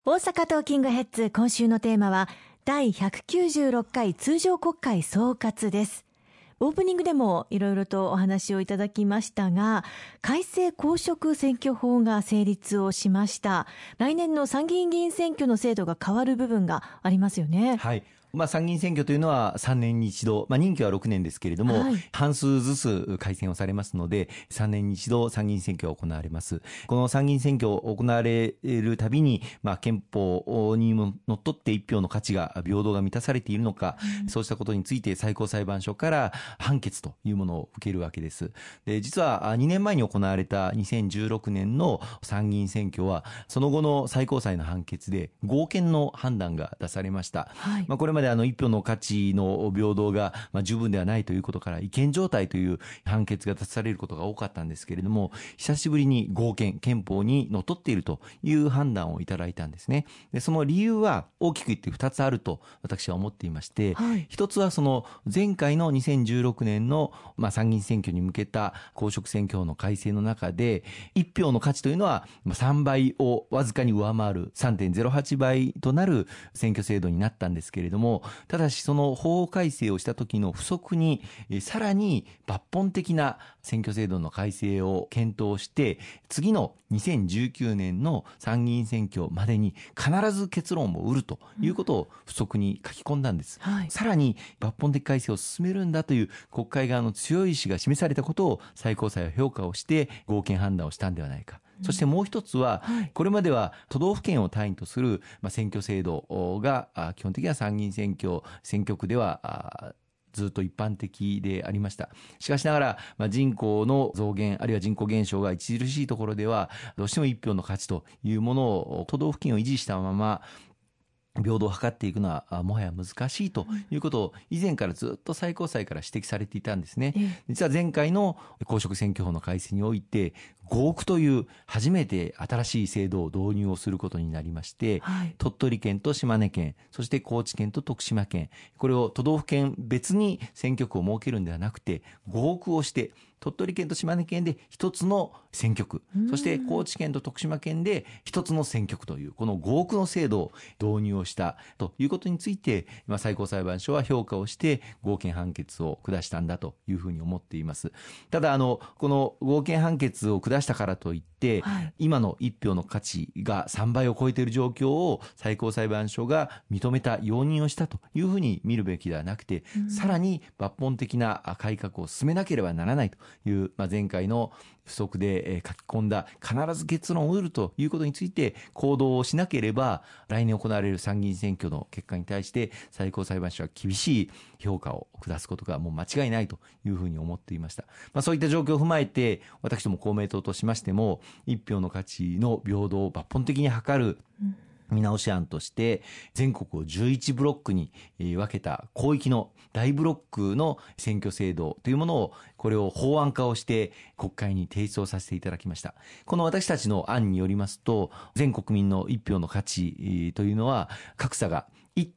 大阪トーキングヘッズ、今週のテーマは第196回通常国会総括です。オープニングでもいろいろとお話をいただきましたが、改正公職選挙法が成立をしました。来年の参議院議員選挙の制度が変わる部分がありますよね。 はい。参議院選挙というのは3年に一度、任期は6年ですけれども、半数ずつ改選をされますので、3年に一度参議院選挙が行われます。この参議院選挙を行われるたびに、憲法にものっとって一票の価値が平等が満たされているのか、そうしたことについて最高裁判所から判決というものを受けるわけです。で、実は2年前に行われた2016年の参議院選挙は、その後の最高裁の判決で合憲の判断が出されました。これまで一票の価値の平等が十分ではないということから違憲状態という判決が出されることが多かったんですけれども、久しぶりに合憲、憲法にのっとっているという判断をいただいたんですね。で、その理由は大きく言って2つあると私は思っていまして、一つはその前回の2016年の参議院選挙に向けた公職選挙法の改正の中で、1票の価値というのは3倍をわずかに上回る 3.08 倍となる選挙制度になったんですけれども、ただしその法改正をした時の付則にさらに抜本的な選挙制度の改正を検討して、次の2019年の参議院選挙までに必ず結論を得るということを付則に書き込んだんです。さらに抜本的改正を進めるんだという国会側の強い意志が示されたことを最高裁は評価をして合憲判断をしたんではないか。そしてもう一つは、これまでは都道府県を単位とする選挙制度が基本的には参議院選挙区ではずっと一般的でありました。しかしながら、人口の増減あるいは人口減少が著しいところでは、どうしても一票の価値というものを都道府県を維持したまま平等を図っていくのはもはや難しいということを以前からずっと最高裁から指摘されていたんですね。実は前回の公職選挙法の改正において合区という初めて新しい制度を導入をすることになりまして、鳥取県と島根県、そして高知県と徳島県、これを都道府県別に選挙区を設けるんではなくて合区をして、鳥取県と島根県で一つの選挙区、そして高知県と徳島県で一つの選挙区というこの合区の制度を導入をしたということについて、最高裁判所は評価をして合憲判決を下したんだというふうに思っています。ただこの合憲判決を下したからといって、今の一票の価値が3倍を超えている状況を最高裁判所が認めた、容認をしたというふうに見るべきではなくて、さらに抜本的な改革を進めなければならないという、前回の付則で書き込んだ必ず結論を得るということについて行動をしなければ、来年行われる参議院選挙の結果に対して最高裁判所は厳しい評価を下すことがもう間違いないというふうに思っていました。そういった状況を踏まえて、私ども公明党としましても一票の価値の平等を抜本的に図る見直し案として、全国を11ブロックに分けた広域の大ブロックの選挙制度というものを、これを法案化をして国会に提出をさせていただきました。この私たちの案によりますと、全国民の一票の価値というのは格差が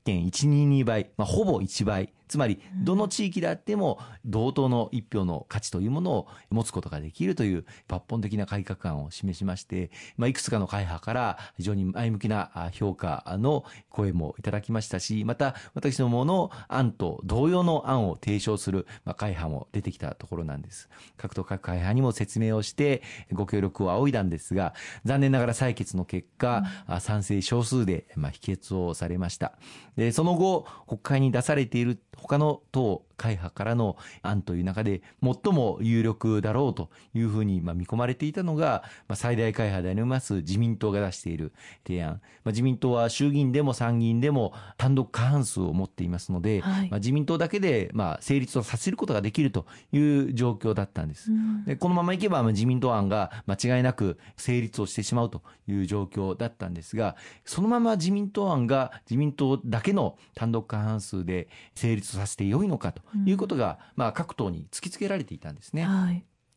1.122 倍、ほぼ1倍、つまりどの地域であっても同等の一票の価値というものを持つことができるという抜本的な改革案を示しまして、いくつかの会派から非常に前向きな評価の声もいただきましたし、また私どもの案と同様の案を提唱する会派も出てきたところなんです。各会派にも説明をしてご協力を仰いだんですが、残念ながら採決の結果、賛成少数で否決をされました。で、その後国会に出されている他の党会派からの案という中で最も有力だろうというふうに見込まれていたのが、最大会派であります自民党が出している提案。自民党は衆議院でも参議院でも単独過半数を持っていますので、自民党だけで成立をさせることができるという状況だったんです。で、このままいけば自民党案が間違いなく成立をしてしまうという状況だったんですが、そのまま自民党案が自民党だけの単独過半数で成立させて良いのかということが、各党に突きつけられていたんですね。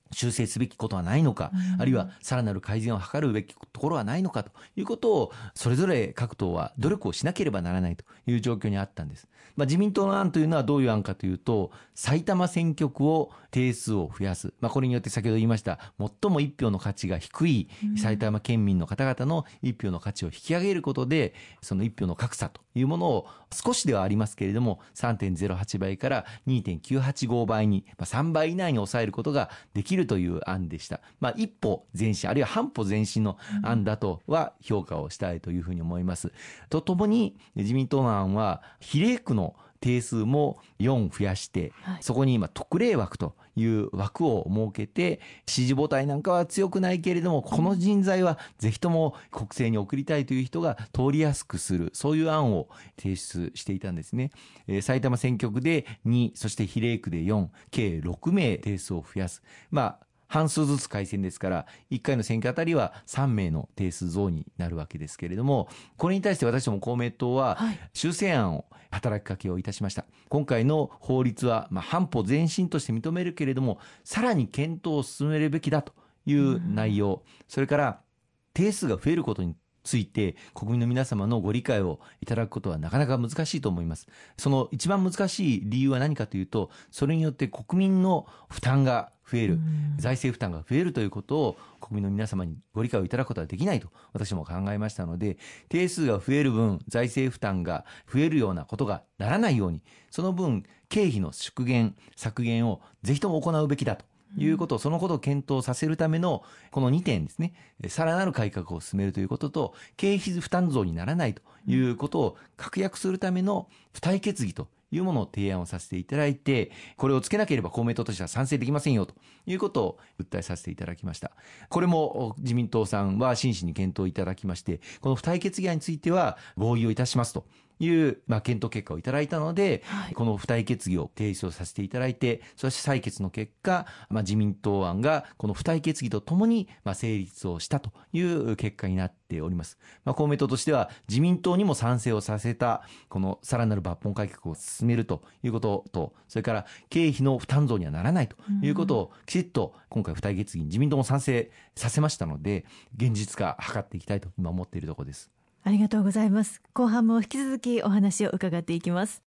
修正すべきことはないのか、あるいはさらなる改善を図るべきところはないのかということを、それぞれ各党は努力をしなければならないという状況にあったんです。自民党の案というのはどういう案かというと、埼玉選挙区を定数を増やす。これによって先ほど言いました最も一票の価値が低い埼玉県民の方々の一票の価値を引き上げることで、その一票の格差というものを少しではありますけれども 3.08 倍から 2.985 倍に、3倍以内に抑えることができるという案でした。一歩前進あるいは半歩前進の案だとは評価をしたいというふうに思います。とともに自民党の案は比例区の定数も4増やして、そこに今特例枠という枠を設けて、支持母体なんかは強くないけれどもこの人材はぜひとも国政に送りたいという人が通りやすくする、そういう案を提出していたんですね。埼玉選挙区で2、そして比例区で4、計6名定数を増やす。半数ずつ改選ですから1回の選挙あたりは3名の定数増になるわけですけれども、これに対して私ども公明党は修正案を働きかけをいたしました。今回の法律は半歩前進として認めるけれども、さらに検討を進めるべきだという内容、それから定数が増えることについて国民の皆様のご理解をいただくことはなかなか難しいと思います。その一番難しい理由は何かというと、それによって国民の負担が増える、財政負担が増えるということを国民の皆様にご理解をいただくことはできないと私も考えましたので、定数が増える分財政負担が増えるようなことがならないように、その分経費の縮減削減をぜひとも行うべきだということ、そのことを検討させるためのこの2点ですね、さらなる改革を進めるということと、経費負担増にならないということを確約するための付帯決議というものを提案をさせていただいて、これをつけなければ公明党としては賛成できませんよということを訴えさせていただきました。これも自民党さんは真摯に検討いただきまして、この付帯決議案については合意をいたしますという検討結果をいただいたので、この付帯決議を提出をさせていただいて、そして採決の結果、自民党案がこの付帯決議とともに成立をしたという結果になっております。公明党としては自民党にも賛成をさせたこのさらなる抜本改革を進めるということと、それから経費の負担増にはならないということをきちっと今回付帯決議に自民党も賛成させましたので、現実化を図っていきたいと今思っているところです。 ありがとうございます。後半も引き続きお話を伺っていきます。